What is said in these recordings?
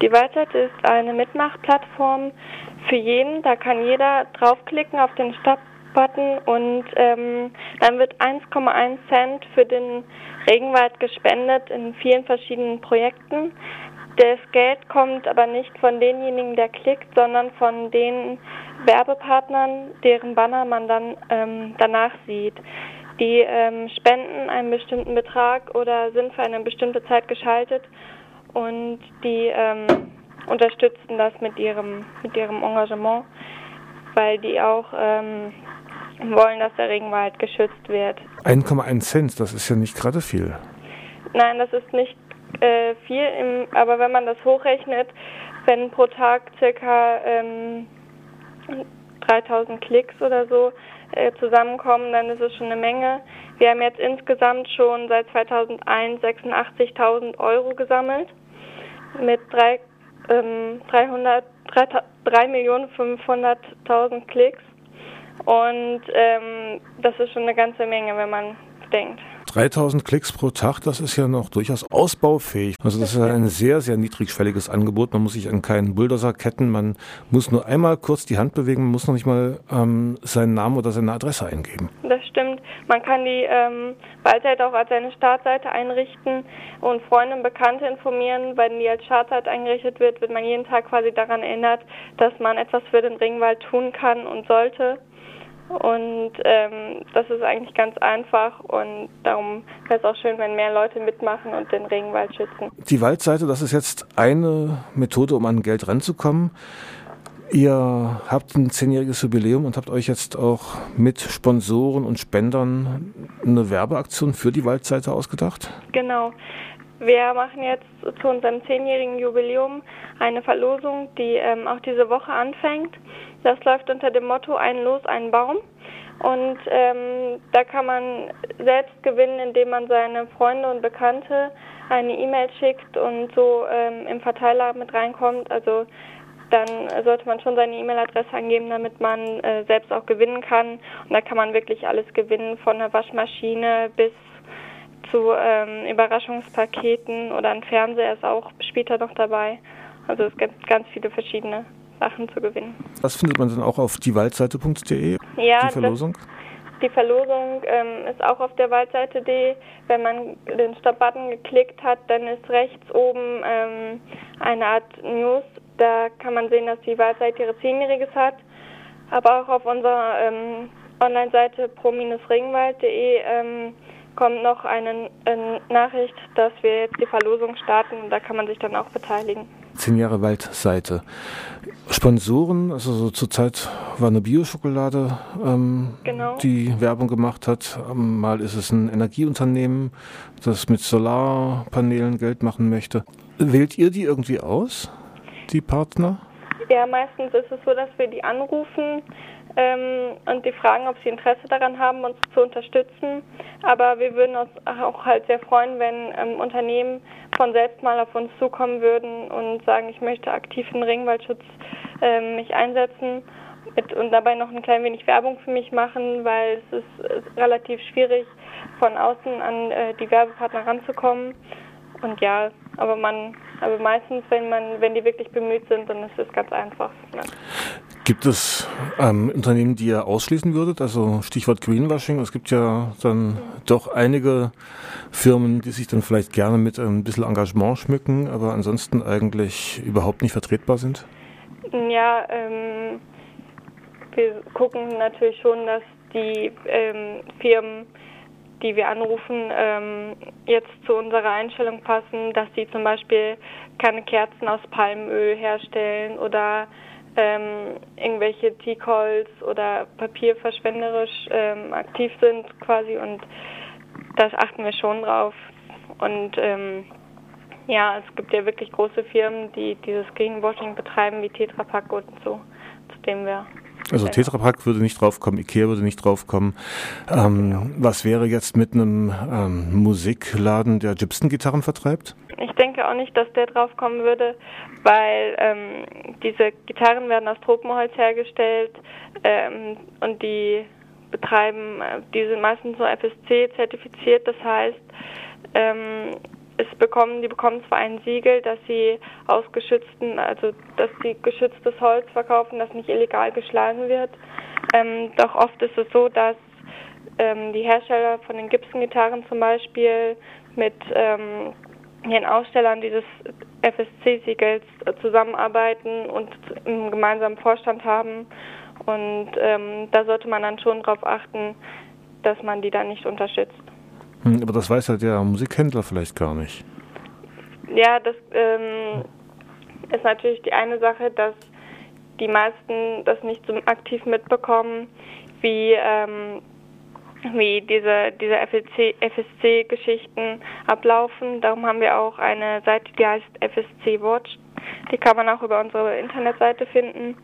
Die Waldseite ist eine Mitmachplattform für jeden. Da kann jeder draufklicken auf den Stop-Button und dann wird 1,1 Cent für den Regenwald gespendet in vielen verschiedenen Projekten. Das Geld kommt aber nicht von denjenigen, der klickt, sondern von den Werbepartnern, deren Banner man dann danach sieht. Die spenden einen bestimmten Betrag oder sind für eine bestimmte Zeit geschaltet und die unterstützen das mit ihrem Engagement, weil die auch wollen, dass der Regenwald geschützt wird. 1,1 Cent, das ist ja nicht gerade viel. Nein, das ist nicht viel, aber wenn man das hochrechnet, wenn pro Tag circa 3000 Klicks oder so zusammenkommen, dann ist es schon eine Menge. Wir haben jetzt insgesamt schon seit 2001 86.000 Euro gesammelt mit 3.500.000 Klicks und das ist schon eine ganze Menge, wenn man denkt. 3000 Klicks pro Tag, das ist ja noch durchaus ausbaufähig. Also das ist ja ein sehr, sehr niedrigschwelliges Angebot. Man muss sich an keinen Bulldozer ketten, man muss nur einmal kurz die Hand bewegen, man muss noch nicht mal seinen Namen oder seine Adresse eingeben. Das stimmt. Man kann die Waldseite auch als eine Startseite einrichten und Freunde und Bekannte informieren. Wenn die als Startseite eingerichtet wird, wird man jeden Tag quasi daran erinnert, dass man etwas für den Regenwald tun kann und sollte. Und das ist eigentlich ganz einfach und darum wäre es auch schön, wenn mehr Leute mitmachen und den Regenwald schützen. Die Waldseite, das ist jetzt eine Methode, um an Geld ranzukommen. Ihr habt ein 10-jähriges Jubiläum und habt euch jetzt auch mit Sponsoren und Spendern eine Werbeaktion für die Waldseite ausgedacht? Genau. Wir machen jetzt zu unserem 10-jährigen Jubiläum eine Verlosung, die auch diese Woche anfängt. Das läuft unter dem Motto Ein Los, ein Baum. Und da kann man selbst gewinnen, indem man seine Freunde und Bekannte eine E-Mail schickt und so im Verteiler mit reinkommt. Also dann sollte man schon seine E-Mail-Adresse angeben, damit man selbst auch gewinnen kann. Und da kann man wirklich alles gewinnen, von einer Waschmaschine bis zu Überraschungspaketen oder ein Fernseher ist auch später noch dabei. Also es gibt ganz viele verschiedene Sachen zu gewinnen. Das findet man dann auch auf diewaldseite.de, ja, die Verlosung? Die Verlosung ist auch auf der Waldseite.de. Wenn man den Stop-Button geklickt hat, dann ist rechts oben eine Art News. Da kann man sehen, dass die Waldseite ihre 10-Jähriges hat. Aber auch auf unserer Online-Seite pro-regenwald.de kommt noch eine Nachricht, dass wir jetzt die Verlosung starten und da kann man sich dann auch beteiligen. 10 Jahre Waldseite. Sponsoren, also so zurzeit war eine Bio-Schokolade, genau, die Werbung gemacht hat. Mal ist es ein Energieunternehmen, das mit Solarpanelen Geld machen möchte. Wählt ihr die irgendwie aus, die Partner? Ja, meistens ist es so, dass wir die anrufen und die fragen, ob sie Interesse daran haben, uns zu unterstützen. Aber wir würden uns auch halt sehr freuen, wenn Unternehmen von selbst mal auf uns zukommen würden und sagen, ich möchte aktiv in den Regenwaldschutz mich einsetzen und dabei noch ein klein wenig Werbung für mich machen, weil es ist relativ schwierig, von außen an die Werbepartner ranzukommen. Und ja, aber meistens, wenn die wirklich bemüht sind, dann ist es ganz einfach. Ja. Gibt es Unternehmen, die ihr ausschließen würdet? Also Stichwort Greenwashing. Es gibt ja dann doch einige Firmen, die sich dann vielleicht gerne mit ein bisschen Engagement schmücken, aber ansonsten eigentlich überhaupt nicht vertretbar sind? Ja, wir gucken natürlich schon, dass die Firmen, die wir anrufen, jetzt zu unserer Einstellung passen, dass sie zum Beispiel keine Kerzen aus Palmöl herstellen oder irgendwelche Teakholz oder Papier verschwenderisch aktiv sind quasi, und da achten wir schon drauf. Und ja, es gibt ja wirklich große Firmen, die dieses Greenwashing betreiben, wie Tetra Pak und so, zu dem wir... Also Tetra Pak würde nicht draufkommen, Ikea würde nicht draufkommen. Was wäre jetzt mit einem Musikladen, der Gibson-Gitarren vertreibt? Ich denke auch nicht, dass der draufkommen würde, weil diese Gitarren werden aus Tropenholz hergestellt und die sind meistens so FSC zertifiziert. Das heißt, die bekommen zwar ein Siegel, dass sie dass sie geschütztes Holz verkaufen, das nicht illegal geschlagen wird. Doch oft ist es so, dass die Hersteller von den Gibson-Gitarren zum Beispiel mit den Ausstellern dieses FSC-Siegels zusammenarbeiten und einen gemeinsamen Vorstand haben. Und da sollte man dann schon darauf achten, dass man die dann nicht unterstützt. Aber das weiß ja der Musikhändler vielleicht gar nicht. Ja, das ist natürlich die eine Sache, dass die meisten das nicht so aktiv mitbekommen, wie diese FSC-Geschichten ablaufen. Darum haben wir auch eine Seite, die heißt FSC Watch. Die kann man auch über unsere Internetseite finden.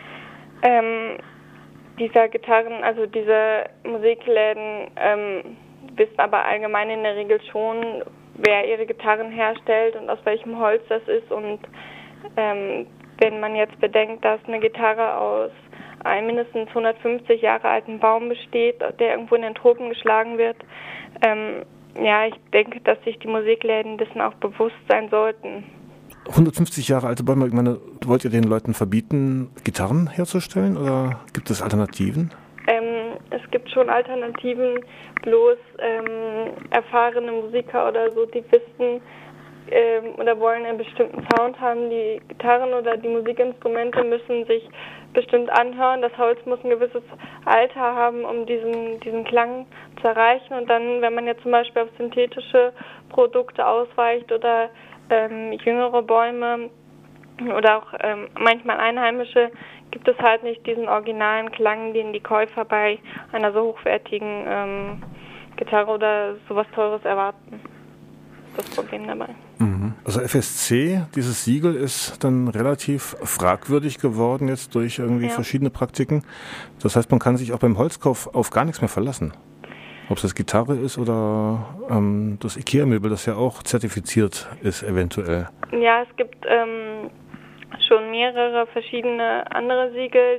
Diese Musikläden wissen aber allgemein in der Regel schon, wer ihre Gitarren herstellt und aus welchem Holz das ist. Und wenn man jetzt bedenkt, dass eine Gitarre aus einem mindestens 150 Jahre alten Baum besteht, der irgendwo in den Tropen geschlagen wird, ich denke, dass sich die Musikläden dessen auch bewusst sein sollten. 150 Jahre alte Bäume, ich meine, wollt ihr den Leuten verbieten, Gitarren herzustellen oder gibt es Alternativen? Es gibt schon Alternativen, bloß erfahrene Musiker oder so, die wissen oder wollen einen bestimmten Sound haben. Die Gitarren oder die Musikinstrumente müssen sich bestimmt anhören. Das Holz muss ein gewisses Alter haben, um diesen Klang zu erreichen. Und dann, wenn man jetzt zum Beispiel auf synthetische Produkte ausweicht oder jüngere Bäume oder auch manchmal einheimische, gibt es halt nicht diesen originalen Klang, den die Käufer bei einer so hochwertigen Gitarre oder sowas Teures erwarten. Das Problem dabei. Also FSC, dieses Siegel, ist dann relativ fragwürdig geworden jetzt durch irgendwie verschiedene Praktiken. Das heißt, man kann sich auch beim Holzkauf auf gar nichts mehr verlassen. Ob es das Gitarre ist oder das Ikea-Möbel, das ja auch zertifiziert ist eventuell. Ja, es gibt schon mehrere verschiedene andere Siegel,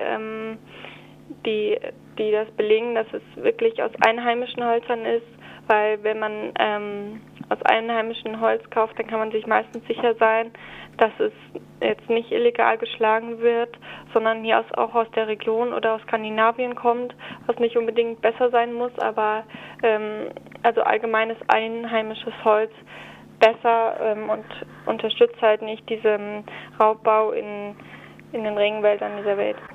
die das belegen, dass es wirklich aus einheimischen Hölzern ist, weil wenn man aus einheimischem Holz kauft, dann kann man sich meistens sicher sein, dass es jetzt nicht illegal geschlagen wird, sondern hier auch aus der Region oder aus Skandinavien kommt, was nicht unbedingt besser sein muss, aber also allgemeines einheimisches Holz besser und unterstützt halt nicht diesen Raubbau in den Regenwäldern dieser Welt.